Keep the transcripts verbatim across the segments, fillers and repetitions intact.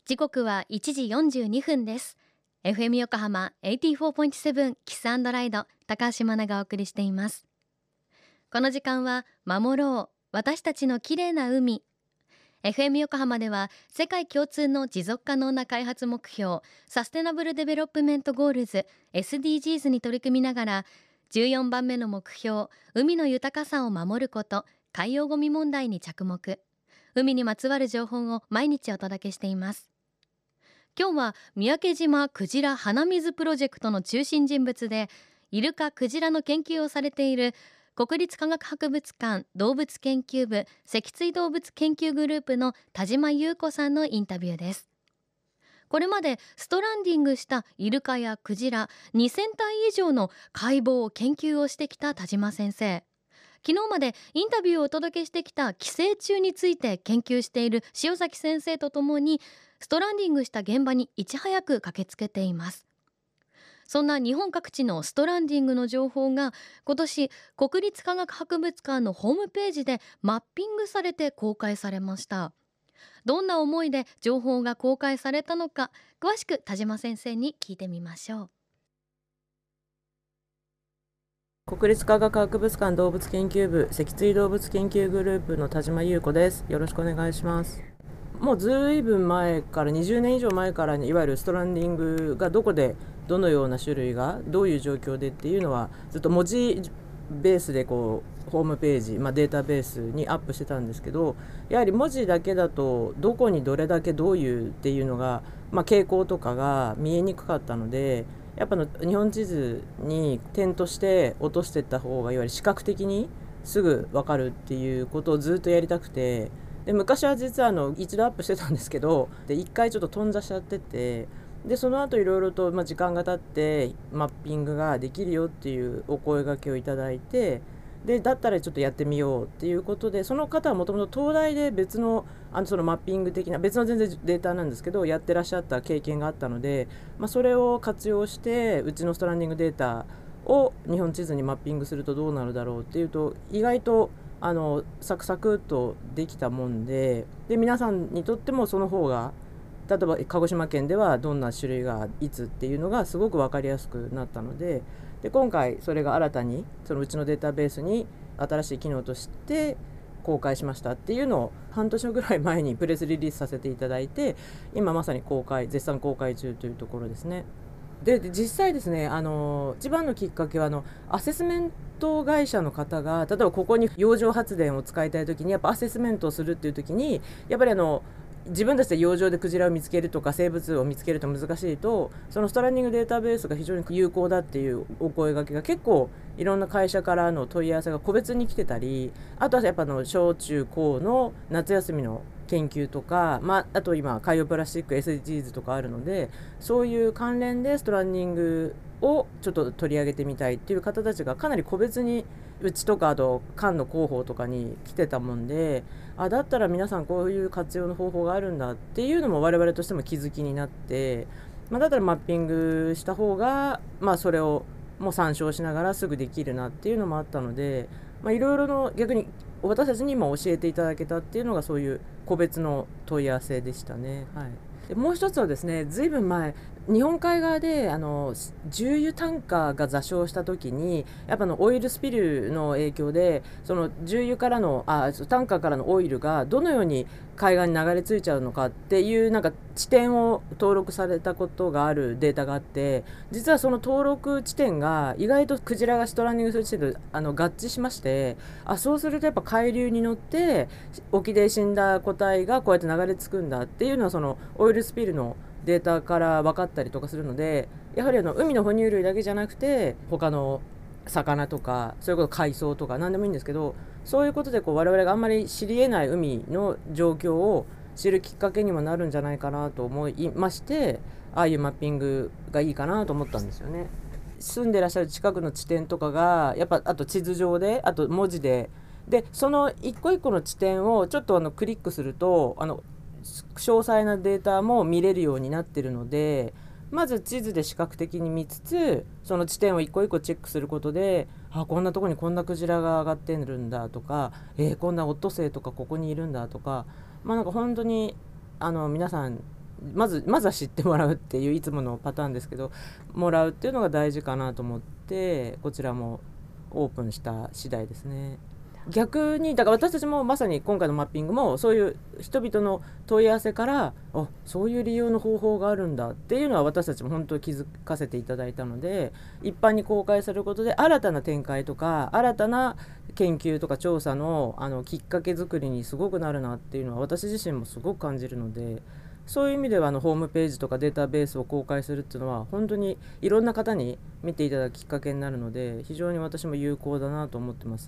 時刻はいちじよんじゅうにふんです。 エフエム 横浜 エイティフォーポイントセブン キスアンドライド、高橋真奈がお送りしています。この時間は守ろう私たちの綺麗な海。 エフエム 横浜では世界共通の持続可能な開発目標サステナブルデベロップメントゴールズ エスディージーズ に取り組みながら、じゅうよんばんめの目標海の豊かさを守ること、海洋ゴミ問題に着目。海にまつわる情報を毎日お届けしています。今日は三宅島クジラ鼻水プロジェクトの中心人物で、イルカクジラの研究をされている国立科学博物館動物研究部脊椎動物研究グループの田島優子さんのインタビューです。これまでストランディングしたイルカやクジラにせんたい以上の解剖研究をしてきた田島先生、昨日までインタビューをお届けしてきた寄生虫について研究している塩崎先生とともに、ストランディングした現場にいち早く駆けつけています。そんな日本各地のストランディングの情報が今年国立科学博物館のホームページでマッピングされて公開されました。どんな思いで情報が公開されたのか、詳しく田島先生に聞いてみましょう。 国立科学博物館動物研究部脊椎動物研究グループの田島優子です。よろしくお願いします。もうずいぶん前からにじゅうねん以上前から、ね、いわゆるストランディングがどこでどのような種類がどういう状況でっていうのはずっと文字ベースでこうホームページ、まあ、データベースにアップしてたんですけど、やはり文字だけだとどこにどれだけどういうっていうのが、まあ、傾向とかが見えにくかったので、やっぱの日本地図に点として落としていった方がいわゆる視覚的にすぐ分かるっていうことをずっとやりたくて、で昔は実はあの一度アップしてたんですけど、で一回ちょっと頓挫しちゃってて、でその後いろいろと、まあ、時間が経ってマッピングができるよっていうお声掛けをいただいて、でだったらちょっとやってみようっていうことで、その方はもともと東大で別のあのそのマッピング的な別の全然データなんですけどやってらっしゃった経験があったので、まあ、それを活用してうちのストランディングデータを日本地図にマッピングするとどうなるだろうっていうと、意外とあのサクサクっとできたもんで、で皆さんにとってもその方が、例えば鹿児島県ではどんな種類がいつっていうのがすごく分かりやすくなったので、で今回それが新たにそのうちのデータベースに新しい機能として公開しましたっていうのを半年ぐらい前にプレスリリースさせていただいて、今まさに公開絶賛公開中というところですね。で実際ですね、あの一番のきっかけはあのアセスメント会社の方が、例えばここに洋上発電を使いたいときにやっぱアセスメントをするっていうときに、やっぱりあの自分たちで洋上でクジラを見つけるとか生物を見つけると難しいと、そのストランディングデータベースが非常に有効だっていうお声掛けが結構いろんな会社からの問い合わせが個別に来てたり、あとはやっぱの小中高の夏休みの研究とか、まあ、あと今海洋プラスチック エスディージーズ とかあるので、そういう関連でストランディングをちょっと取り上げてみたいっていう方たちがかなり個別にうちとかあと館の広報とかに来てたもんで、あだったら皆さんこういう活用の方法があるんだっていうのも我々としても気づきになって、まあ、だったらマッピングした方が、まあ、それをもう参照しながらすぐできるなっていうのもあったので、いろいろの逆に私たちにも教えていただけたっていうのがそういう個別の問い合わせでしたね。はい、でもう一つはですね、ずいぶん前日本海側であの重油タンカーが座礁した時に、やっぱのオイルスピルの影響でその重油からのあタンカーからのオイルがどのように海岸に流れ着いちゃうのかっていうなんか地点を登録されたことがあるデータがあって、実はその登録地点が意外とクジラがストランディングする地点とあの合致しまして、あそうするとやっぱ海流に乗って沖で死んだ個体がこうやって流れ着くんだっていうのはそのオイルスピルのデータから分かったりとかするので、やはりあの海の哺乳類だけじゃなくて他の魚とかそれこそ海藻とか何でもいいんですけど、そういうことでこう我々があんまり知り得ない海の状況を知るきっかけにもなるんじゃないかなと思いまして、ああいうマッピングがいいかなと思ったんですよね。住んでらっしゃる近くの地点とかがやっぱあと地図上であと文字ででその一個一個の地点をちょっとあのクリックするとあの詳細なデータも見れるようになっているので、まず地図で視覚的に見つつその地点を一個一個チェックすることで、あこんなとこにこんなクジラが上がってるんだとか、えー、こんなオットセイとかここにいるんだとか、まあなんか本当にあの皆さんまずまずは知ってもらうっていういつものパターンですけど、もらうっていうのが大事かなと思ってこちらもオープンした次第ですね。逆にだから私たちもまさに今回のマッピングもそういう人々の問い合わせから、あ、そういう利用の方法があるんだっていうのは私たちも本当に気づかせていただいたので、一般に公開されることで新たな展開とか新たな研究とか調査のあのきっかけ作りにすごくなるなっていうのは私自身もすごく感じるので、そういう意味ではあのホームページとかデータベースを公開するっていうのは本当にいろんな方に見ていただくきっかけになるので、非常に私も有効だなと思ってます。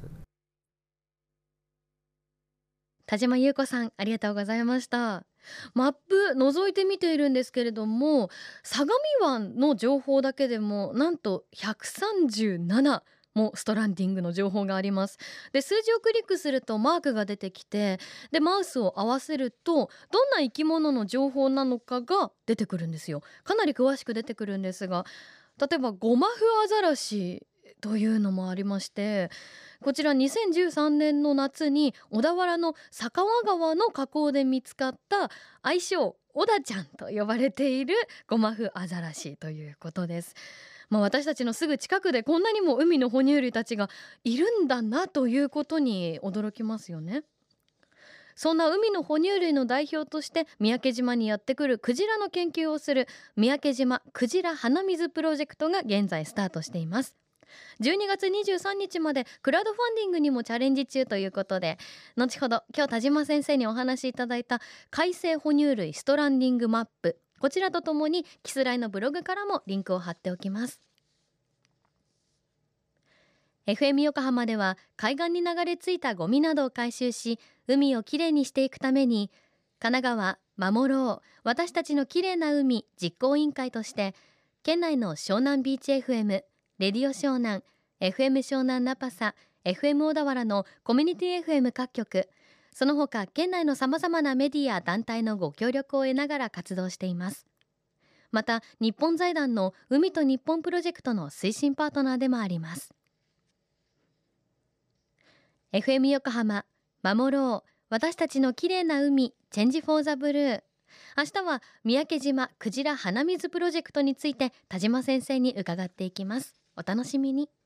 田島優子さん、ありがとうございました。マップ覗いてみているんですけれども、相模湾の情報だけでもなんとひゃくさんじゅうななもストランディングの情報があります。で、数字をクリックするとマークが出てきて、でマウスを合わせるとどんな生き物の情報なのかが出てくるんですよ。かなり詳しく出てくるんですが、例えばゴマフアザラシというのもありまして、こちらにせんじゅうさんねんの夏に小田原の酒匂川の河口で見つかった愛称オダちゃんと呼ばれているゴマフアザラシということです。まあ、私たちのすぐ近くでこんなにも海の哺乳類たちがいるんだなということに驚きますよね。そんな海の哺乳類の代表として三宅島にやってくるクジラの研究をする三宅島クジラ鼻水プロジェクトが現在スタートしています。じゅうにがつにじゅうさんにちまでクラウドファンディングにもチャレンジ中ということで、後ほど今日田島先生にお話しいただいた海生哺乳類ストランディングマップ、こちらとともにキスライのブログからもリンクを貼っておきます。 エフエム 横浜では海岸に流れ着いたゴミなどを回収し海をきれいにしていくために、神奈川守ろう私たちのきれいな海実行委員会として県内の湘南ビーチ エフエム、レディオ湘南、エフエム 湘南ナパサ、エフエム 小田原のコミュニティ エフエム 各局、その他県内のさまざまなメディア団体のご協力を得ながら活動しています。また日本財団の海と日本プロジェクトの推進パートナーでもあります。 エフエム 横浜守ろう私たちのきれいな海チェンジフォーザブルー、明日は三宅島クジラ鼻水プロジェクトについて田島先生に伺っていきます。お楽しみに。